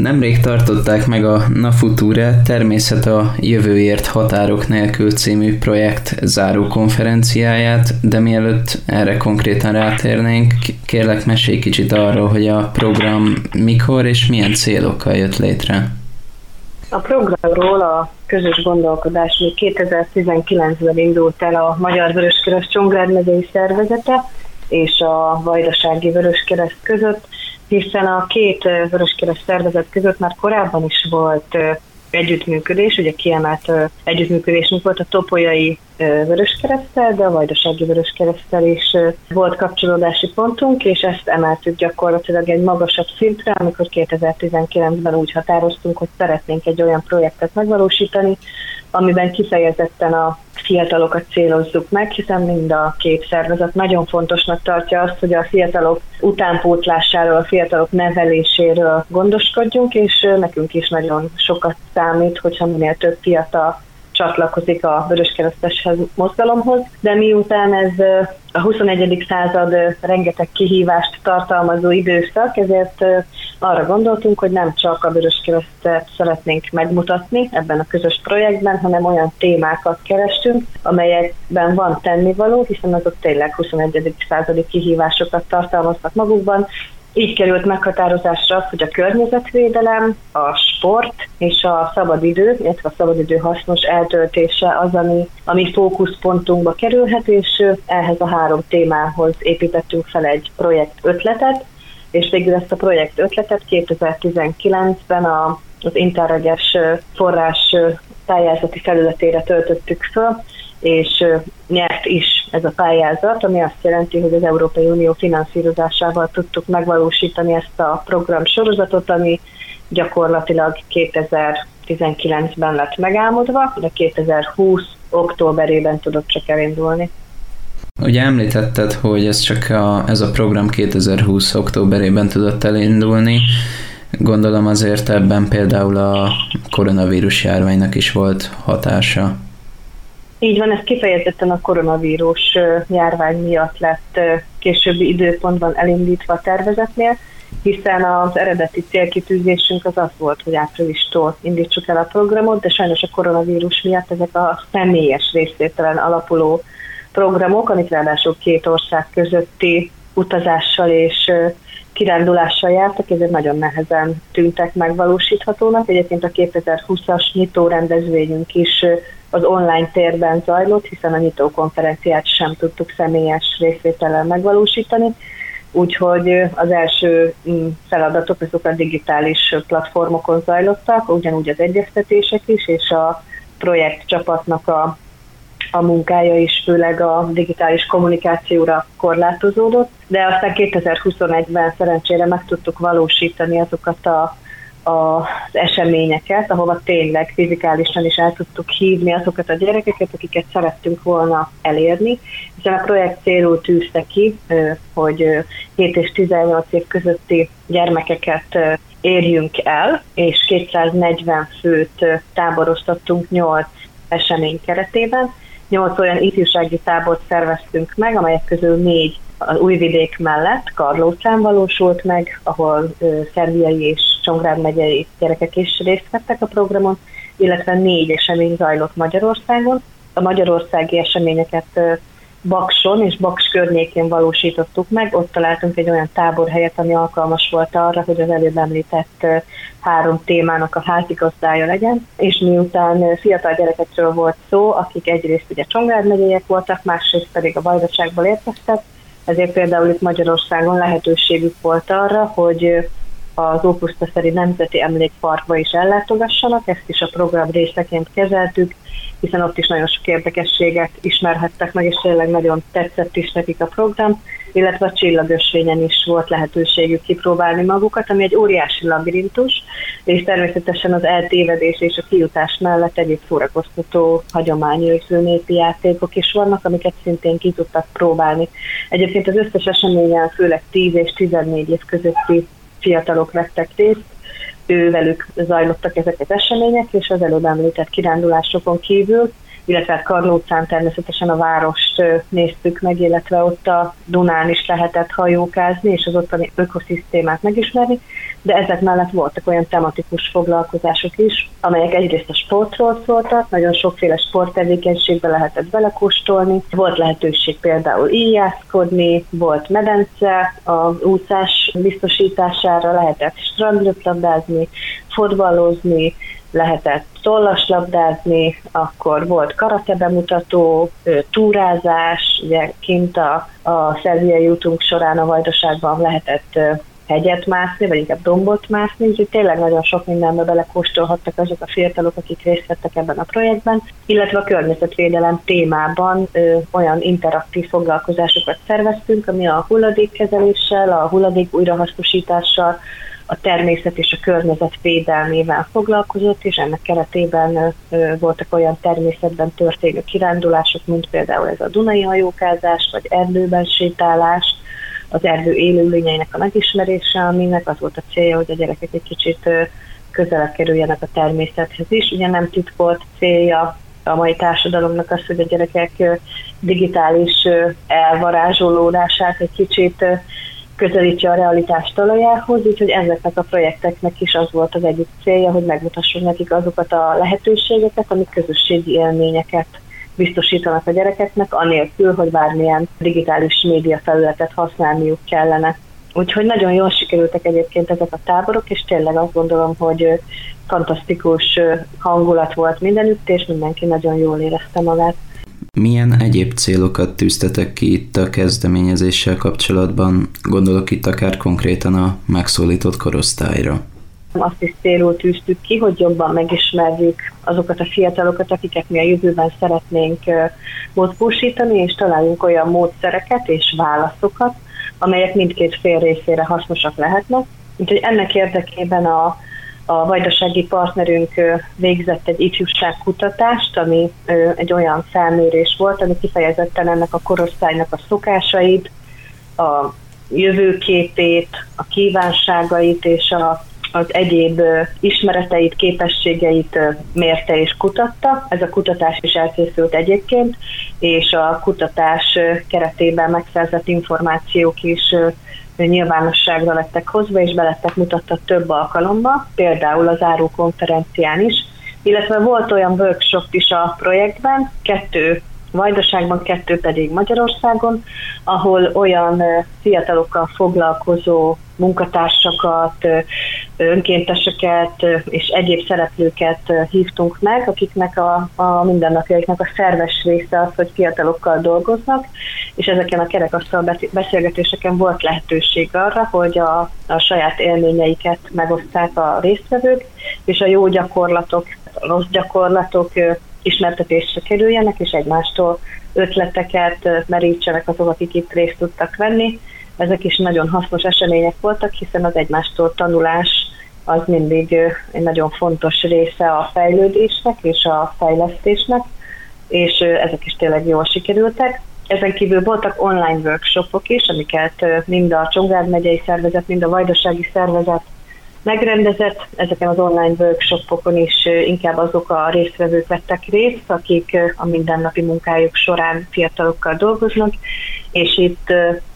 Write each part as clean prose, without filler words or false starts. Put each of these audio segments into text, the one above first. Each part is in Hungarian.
Nemrég tartották meg a NAFuture Természet a jövőért határok nélkül című projekt záró konferenciáját, de mielőtt erre konkrétan rátérnénk, kérlek mesélj kicsit arról, hogy a program mikor és milyen célokkal jött létre. A programról a közös gondolkodás még 2019-ben indult el a Magyar Vöröskereszt Csongrád megyei szervezete és a Vajdasági Vöröskereszt között, hiszen a két Vöröskereszt szervezet között már korábban is volt együttműködés, ugye kiemelt együttműködésünk volt a Topolyai Vöröskereszttel, de a Vajdasági Vöröskereszttel is volt kapcsolódási pontunk, és ezt emeltük gyakorlatilag egy magasabb szintre, amikor 2019-ben úgy határoztunk, hogy szeretnénk egy olyan projektet megvalósítani, amiben kifejezetten a fiatalokat célozzuk meg, hiszen mind a két szervezet nagyon fontosnak tartja azt, hogy a fiatalok utánpótlásáról, a fiatalok neveléséről gondoskodjunk, és nekünk is nagyon sokat számít, hogyha minél több fiatal csatlakozik a vöröskeresztes mozgalomhoz, de miután ez a 21. század rengeteg kihívást tartalmazó időszak, ezért arra gondoltunk, hogy nem csak a Vöröskeresztet szeretnénk megmutatni ebben a közös projektben, hanem olyan témákat kerestünk, amelyekben van tennivaló, hiszen azok tényleg 21. századi kihívásokat tartalmaznak magukban. Így került meghatározásra az, hogy a környezetvédelem, a sport és a szabadidő, illetve a szabadidő hasznos eltöltése az, ami fókuszpontunkba kerülhet, és ehhez a három témához építettünk fel egy projekt ötletet, és végül ezt a projekt ötletet 2019-ben az Interreges forrás pályázati felületére töltöttük föl, és nyert is ez a pályázat, ami azt jelenti, hogy az Európai Unió finanszírozásával tudtuk megvalósítani ezt a program sorozatot, ami gyakorlatilag 2019-ben lett megálmodva, de 2020 októberében tudott csak elindulni. Ugye említetted, hogy ez a program 2020 októberében tudott elindulni. Gondolom azért ebben például a koronavírus járványnak is volt hatása. Így van, ez kifejezetten a koronavírus járvány miatt lett későbbi időpontban elindítva a tervezetnél, hiszen az eredeti célkitűzésünk az volt, hogy áprilistól indítsuk el a programot, de sajnos a koronavírus miatt ezek a személyes részvételen alapuló programok, amik ráadásul két ország közötti utazással és kirándulással jártak, ezért nagyon nehezen tűntek megvalósíthatónak. Egyébként a 2020-as nyitó rendezvényünk is az online térben zajlott, hiszen a nyitókonferenciát sem tudtuk személyes részvétellel megvalósítani, úgyhogy az első feladatok azok a digitális platformokon zajlottak, ugyanúgy az egyeztetések is, és a projektcsapatnak a munkája is főleg a digitális kommunikációra korlátozódott, de aztán 2021-ben szerencsére meg tudtuk valósítani azokat az eseményeket, ahova tényleg fizikálisan is el tudtuk hívni azokat a gyerekeket, akiket szerettünk volna elérni, hiszen a projekt célul tűzte ki, hogy 7 és 18 év közötti gyermekeket érjünk el, és 240 főt táboroztattunk 8 esemény keretében. 8 olyan ifjúsági tábort szerveztünk meg, amelyek közül 4 az Újvidék mellett Karlócán valósult meg, ahol szerbiai és Csongrád megyei gyerekek is részt vettek a programon, illetve 4 esemény zajlott Magyarországon. A magyarországi eseményeket Bakson és Baks környékén valósítottuk meg, ott találtunk egy olyan táborhelyet, ami alkalmas volt arra, hogy az előbb említett 3 témának a házigazdája legyen, és miután fiatal gyerekekről volt szó, akik egyrészt ugye Csongrád megyeiek voltak, másrészt pedig a Vajdaságból érkeztek, ezért például itt Magyarországon lehetőségük volt arra, hogy az Ópusztaszeri Nemzeti Emlékparkba is ellátogassanak, ezt is a program részeként kezeltük, hiszen ott is nagyon sok érdekességet ismerhettek meg, és tényleg nagyon tetszett is nekik a program, illetve a Csillagösvényen is volt lehetőségük kipróbálni magukat, ami egy óriási labirintus, és természetesen az eltévedés és a kijutás mellett egyéb szórakoztató, hagyományőrző népi játékok is vannak, amiket szintén ki tudtak próbálni. Egyébként az összes eseményen főleg 10 és 14 év közötti fiatalok vettek részt, ővelük zajlottak ezek az események, és az előbb említett kirándulásokon kívül, illetve Karlócán természetesen a várost néztük meg, illetve ott a Dunán is lehetett hajókázni, és az ottani ökoszisztémát megismerni, de ezek mellett voltak olyan tematikus foglalkozások is, amelyek egyrészt a sportról szóltak, nagyon sokféle sporttevékenységbe lehetett belekóstolni, volt lehetőség például íjászkodni, volt medence, az úszás biztosítására lehetett strandröplabdázni, fotballozni, lehetett tollaslabdázni, akkor volt karate bemutató, túrázás, ugye kint a szerbiai útunk során a Vajdaságban lehetett hegyet mászni, vagy inkább dombot mászni, úgyhogy tényleg nagyon sok mindenbe belekóstolhattak azok a fiatalok, akik részt vettek ebben a projektben, illetve a környezetvédelem témában olyan interaktív foglalkozásokat szerveztünk, ami a hulladékkezeléssel, a hulladék újrahasznosítással, a természet és a környezet védelmével foglalkozott, és ennek keretében voltak olyan természetben történő kirándulások, mint például ez a dunai hajókázás, vagy erdőben sétálás, az erdő élőlényeinek a megismerése, aminek az volt a célja, hogy a gyerekek egy kicsit közelebb kerüljenek a természethez is. Ugye nem titkolt célja a mai társadalomnak az, hogy a gyerekek digitális elvarázsolódását egy kicsit közelítse a realitás talajához, úgyhogy ezeknek a projekteknek is az volt az egyik célja, hogy megmutassuk nekik azokat a lehetőségeket, amik közösségi élményeket biztosítanak a gyerekeknek, anélkül, hogy bármilyen digitális média felületet használniuk kellene. Úgyhogy nagyon jól sikerültek egyébként ezek a táborok, és tényleg azt gondolom, hogy fantasztikus hangulat volt mindenütt, és mindenki nagyon jól érezte magát. Milyen egyéb célokat tűztetek ki itt a kezdeményezéssel kapcsolatban? Gondolok itt akár konkrétan a megszólított korosztályra. Azt is célul tűztük ki, hogy jobban megismerjük azokat a fiatalokat, akiket mi a jövőben szeretnénk mozgósítani, és találjunk olyan módszereket és válaszokat, amelyek mindkét fél részére hasznosak lehetnek. Úgyhogy ennek érdekében a vajdasági partnerünk végzett egy ifjúságkutatást, ami egy olyan felmérés volt, ami kifejezetten ennek a korosztálynak a szokásait, a jövőképét, a kívánságait és az egyéb ismereteit, képességeit mérte és kutatta. Ez a kutatás is elkészült egyébként, és a kutatás keretében megszerzett információk is nyilvánosságra lettek hozva, és belettek mutatva több alkalommal, például a záró konferencián is, illetve volt olyan workshop is a projektben, 2 Vajdaságban, 2 pedig Magyarországon, ahol olyan fiatalokkal foglalkozó munkatársakat, önkénteseket és egyéb szereplőket hívtunk meg, akiknek a mindennapjaiknak a szerves része az, hogy fiatalokkal dolgoznak, és ezeken a kerekasztal beszélgetéseken volt lehetőség arra, hogy a saját élményeiket megoszták a résztvevők, és a jó gyakorlatok, a rossz gyakorlatok ismertetésre kerüljenek, és egymástól ötleteket merítsenek azok, akik itt részt tudtak venni. Ezek is nagyon hasznos események voltak, hiszen az egymástól tanulás az mindig egy nagyon fontos része a fejlődésnek és a fejlesztésnek, és ezek is tényleg jól sikerültek. Ezen kívül voltak online workshopok is, amiket mind a Csongrád megyei szervezet, mind a vajdasági szervezet megrendezett. Ezeken az online workshopokon is inkább azok a résztvevők vettek részt, akik a mindennapi munkájuk során fiatalokkal dolgoznak, és itt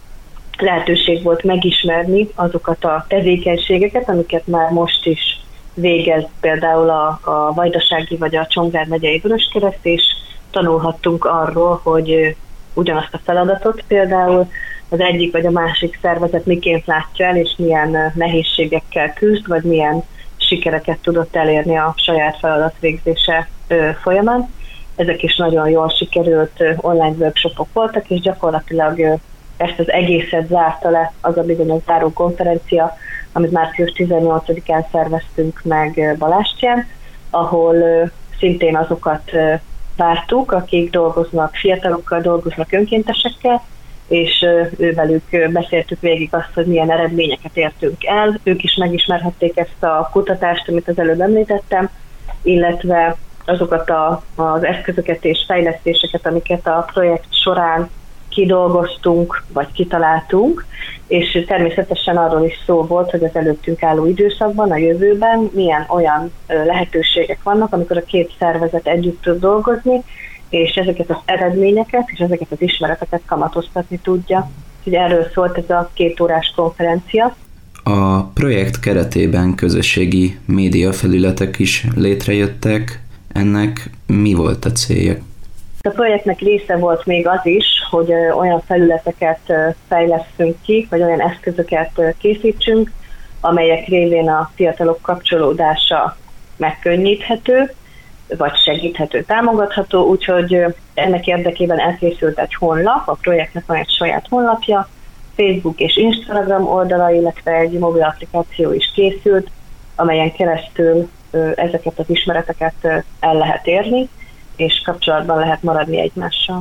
lehetőség volt megismerni azokat a tevékenységeket, amiket már most is végez például a vajdasági vagy a Csongrád megyei Vöröskereszt, és tanulhattunk arról, hogy ugyanazt a feladatot például az egyik vagy a másik szervezet miként látja el, és milyen nehézségekkel küzd, vagy milyen sikereket tudott elérni a saját feladat végzése folyamán. Ezek is nagyon jól sikerült online workshopok voltak, és gyakorlatilag ezt az egészet zárta le az a bizonyos záró konferencia, amit március 18-án szerveztünk meg Balástyán, ahol szintén azokat vártuk, akik dolgoznak fiatalokkal, dolgoznak önkéntesekkel, és ővelük beszéltük végig azt, hogy milyen eredményeket értünk el. Ők is megismerhették ezt a kutatást, amit az előbb említettem, illetve azokat az eszközöket és fejlesztéseket, amiket a projekt során kidolgoztunk, vagy kitaláltunk, és természetesen arról is szó volt, hogy az előttünk álló időszakban, a jövőben milyen olyan lehetőségek vannak, amikor a két szervezet együtt tud dolgozni, és ezeket az eredményeket és ezeket az ismereteket kamatoztatni tudja. Úgyhogy erről szólt ez a 2 órás konferencia. A projekt keretében közösségi médiafelületek is létrejöttek. Ennek mi volt a célja? A projektnek része volt még az is, hogy olyan felületeket fejlesztünk ki, vagy olyan eszközöket készítsünk, amelyek révén a fiatalok kapcsolódása megkönnyíthető, vagy segíthető, támogatható, úgyhogy ennek érdekében elkészült egy honlap, a projektnek van egy saját honlapja, Facebook és Instagram oldala, illetve egy mobil applikáció is készült, amelyen keresztül ezeket az ismereteket el lehet érni, és kapcsolatban lehet maradni egymással.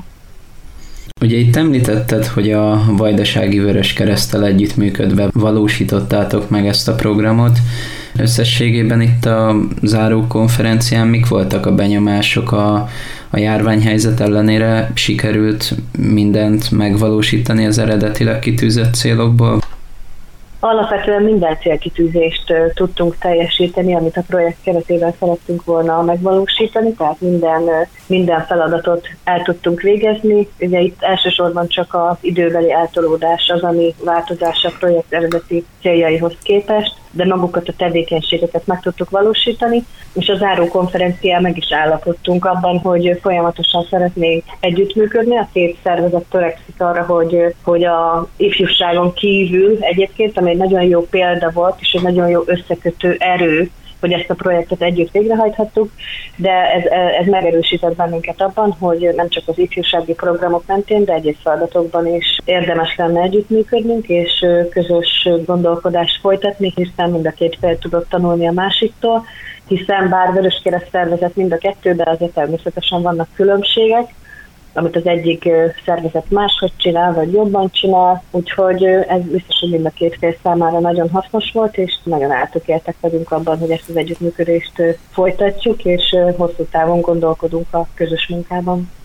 Ugye itt említetted, hogy a Vajdasági Vöröskereszttel együttműködve valósítottátok meg ezt a programot. Összességében itt a záró konferencián mik voltak a benyomások a járványhelyzet ellenére? Sikerült mindent megvalósítani az eredetileg kitűzött célokból? Alapvetően minden célkitűzést tudtunk teljesíteni, amit a projekt keretében szerettünk volna megvalósítani, tehát minden feladatot el tudtunk végezni. Ugye itt elsősorban csak az időbeli eltolódás az, ami változás a projekt eredeti céljaihoz képest, de magukat a tevékenységeket meg tudtuk valósítani, és a záró konferencián meg is állapodtunk abban, hogy folyamatosan szeretnénk együttműködni. A két szervezet törekszik arra, hogy a ifjúságon kívül egyébként, ami egy nagyon jó példa volt, és egy nagyon jó összekötő erő, hogy ezt a projektet együtt végrehajthattuk, de ez megerősített bennünket abban, hogy nem csak az ifjúsági programok mentén, de egyéb feladatokban is érdemes lenne együttműködnünk, és közös gondolkodást folytatni, hiszen mind a két fél tudott tanulni a másiktól, hiszen bár Vöröskereszt szervezet mind a kettőben, azért természetesen vannak különbségek, amit az egyik szervezet máshogy csinál, vagy jobban csinál, úgyhogy ez biztos, hogy mind a két fél számára nagyon hasznos volt, és nagyon eltökéltek vagyunk abban, hogy ezt az együttműködést folytatjuk, és hosszú távon gondolkodunk a közös munkában.